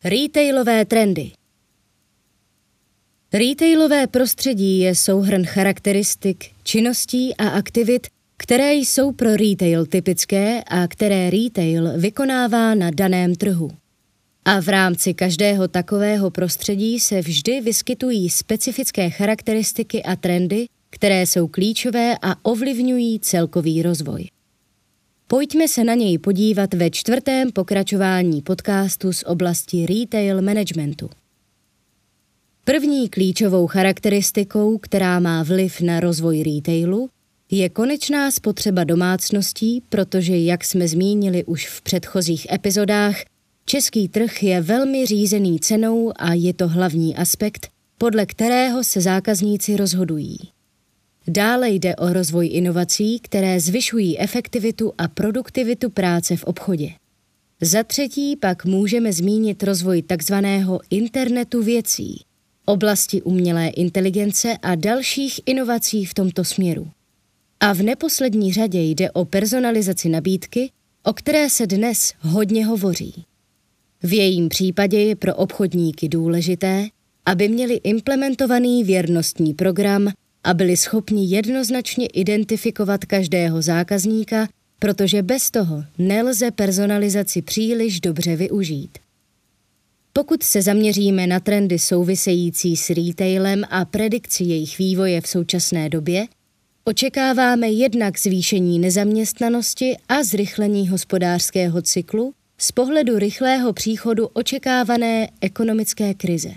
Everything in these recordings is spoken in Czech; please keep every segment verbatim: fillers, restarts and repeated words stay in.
Retailové trendy. Retailové prostředí je souhrn charakteristik, činností a aktivit, které jsou pro retail typické a které retail vykonává na daném trhu. A v rámci každého takového prostředí se vždy vyskytují specifické charakteristiky a trendy, které jsou klíčové a ovlivňují celkový rozvoj. Pojďme se na něj podívat ve čtvrtém pokračování podcastu z oblasti retail managementu. První klíčovou charakteristikou, která má vliv na rozvoj retailu, je konečná spotřeba domácností, protože, jak jsme zmínili už v předchozích epizodách, český trh je velmi řízený cenou a je to hlavní aspekt, podle kterého se zákazníci rozhodují. Dále jde o rozvoj inovací, které zvyšují efektivitu a produktivitu práce v obchodě. Za třetí pak můžeme zmínit rozvoj takzvaného internetu věcí, oblasti umělé inteligence a dalších inovací v tomto směru. A v neposlední řadě jde o personalizaci nabídky, o které se dnes hodně hovoří. V jejím případě je pro obchodníky důležité, aby měli implementovaný věrnostní program a byli schopni jednoznačně identifikovat každého zákazníka, protože bez toho nelze personalizaci příliš dobře využít. Pokud se zaměříme na trendy související s retailem a predikci jejich vývoje v současné době, očekáváme jednak zvýšení nezaměstnanosti a zrychlení hospodářského cyklu z pohledu rychlého příchodu očekávané ekonomické krize.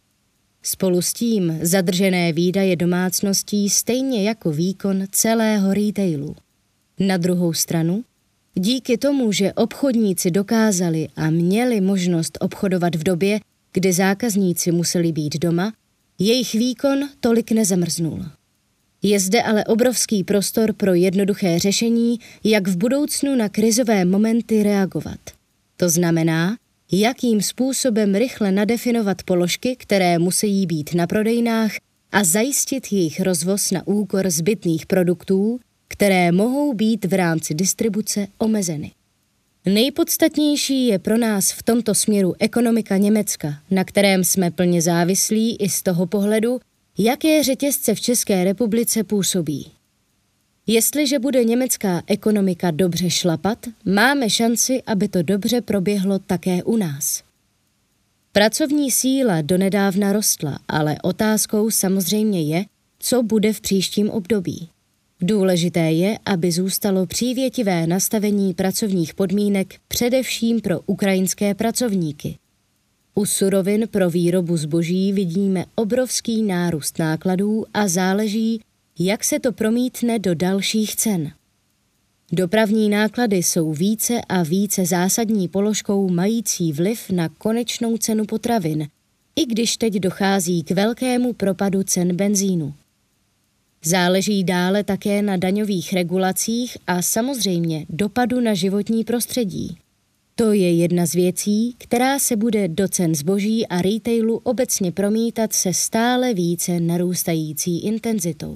Spolu s tím zadržené výdaje domácností stejně jako výkon celého retailu. Na druhou stranu, díky tomu, že obchodníci dokázali a měli možnost obchodovat v době, kdy zákazníci museli být doma, jejich výkon tolik nezamrznul. Je zde ale obrovský prostor pro jednoduché řešení, jak v budoucnu na krizové momenty reagovat. To znamená, jakým způsobem rychle nadefinovat položky, které musí být na prodejnách a zajistit jejich rozvoz na úkor zbytných produktů, které mohou být v rámci distribuce omezeny. Nejpodstatnější je pro nás v tomto směru ekonomika Německa, na kterém jsme plně závislí i z toho pohledu, jaké řetězce v České republice působí. Jestliže bude německá ekonomika dobře šlapat, máme šanci, aby to dobře proběhlo také u nás. Pracovní síla donedávna rostla, ale otázkou samozřejmě je, co bude v příštím období. Důležité je, aby zůstalo přívětivé nastavení pracovních podmínek především pro ukrajinské pracovníky. U surovin pro výrobu zboží vidíme obrovský nárůst nákladů a záleží, jak se to promítne do dalších cen. Dopravní náklady jsou více a více zásadní položkou mající vliv na konečnou cenu potravin, i když teď dochází k velkému propadu cen benzínu. Záleží dále také na daňových regulacích a samozřejmě dopadu na životní prostředí. To je jedna z věcí, která se bude do cen zboží a retailu obecně promítat se stále více narůstající intenzitou.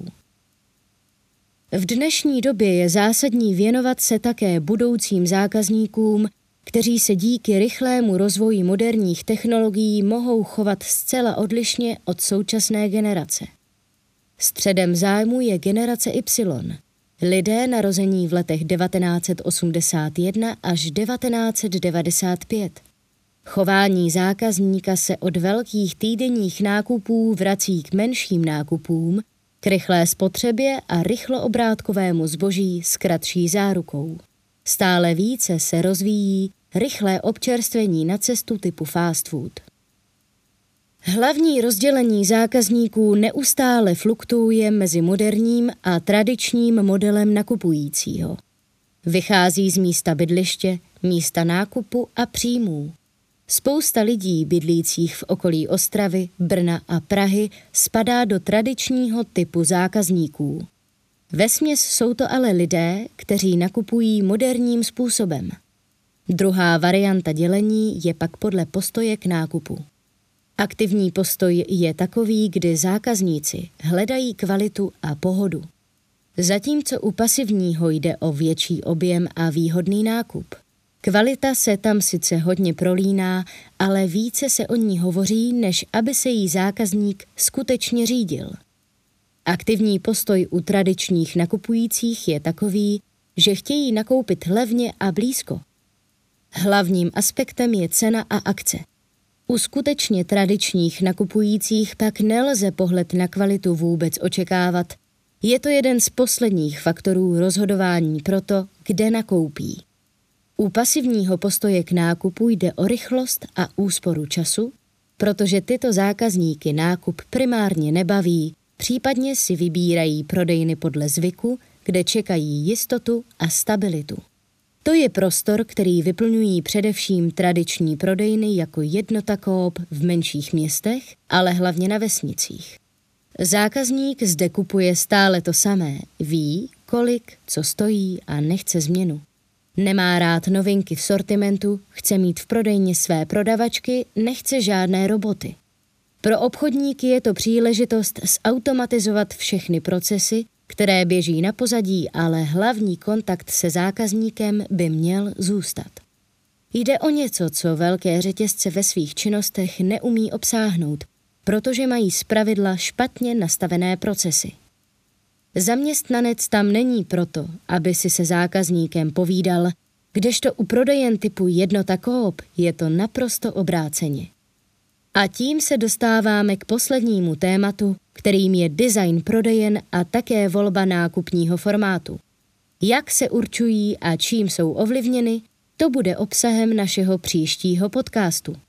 V dnešní době je zásadní věnovat se také budoucím zákazníkům, kteří se díky rychlému rozvoji moderních technologií mohou chovat zcela odlišně od současné generace. Středem zájmu je generace Y, lidé narození v letech devatenáct set osmdesát jedna až devatenáct set devadesát pět. Chování zákazníka se od velkých týdenních nákupů vrací k menším nákupům, k rychlé spotřebě a rychloobrátkovému zboží s kratší zárukou. Stále více se rozvíjí rychlé občerstvení na cestu typu fast food. Hlavní rozdělení zákazníků neustále fluktuuje mezi moderním a tradičním modelem nakupujícího. Vychází z místa bydliště, místa nákupu a příjmů. Spousta lidí bydlících v okolí Ostravy, Brna a Prahy spadá do tradičního typu zákazníků. Vesměs jsou to ale lidé, kteří nakupují moderním způsobem. Druhá varianta dělení je pak podle postoje k nákupu. Aktivní postoj je takový, kdy zákazníci hledají kvalitu a pohodu. Zatímco u pasivního jde o větší objem a výhodný nákup. Kvalita se tam sice hodně prolíná, ale více se o ní hovoří, než aby se jí zákazník skutečně řídil. Aktivní postoj u tradičních nakupujících je takový, že chtějí nakoupit levně a blízko. Hlavním aspektem je cena a akce. U skutečně tradičních nakupujících pak nelze pohled na kvalitu vůbec očekávat. Je to jeden z posledních faktorů rozhodování pro to, kde nakoupí. U pasivního postoje k nákupu jde o rychlost a úsporu času, protože tyto zákazníky nákup primárně nebaví, případně si vybírají prodejny podle zvyku, kde čekají jistotu a stabilitu. To je prostor, který vyplňují především tradiční prodejny jako Jednota Coop v menších městech, ale hlavně na vesnicích. Zákazník zde kupuje stále to samé, ví, kolik, co stojí a nechce změnu. Nemá rád novinky v sortimentu, chce mít v prodejně své prodavačky, nechce žádné roboty. Pro obchodníky je to příležitost zautomatizovat všechny procesy, které běží na pozadí, ale hlavní kontakt se zákazníkem by měl zůstat. Jde o něco, co velké řetězce ve svých činnostech neumí obsáhnout, protože mají zpravidla špatně nastavené procesy. Zaměstnanec tam není proto, aby si se zákazníkem povídal, kdežto u prodejen typu Jednota Coop je to naprosto obráceně. A tím se dostáváme k poslednímu tématu, kterým je design prodejen a také volba nákupního formátu. Jak se určují a čím jsou ovlivněny, to bude obsahem našeho příštího podcastu.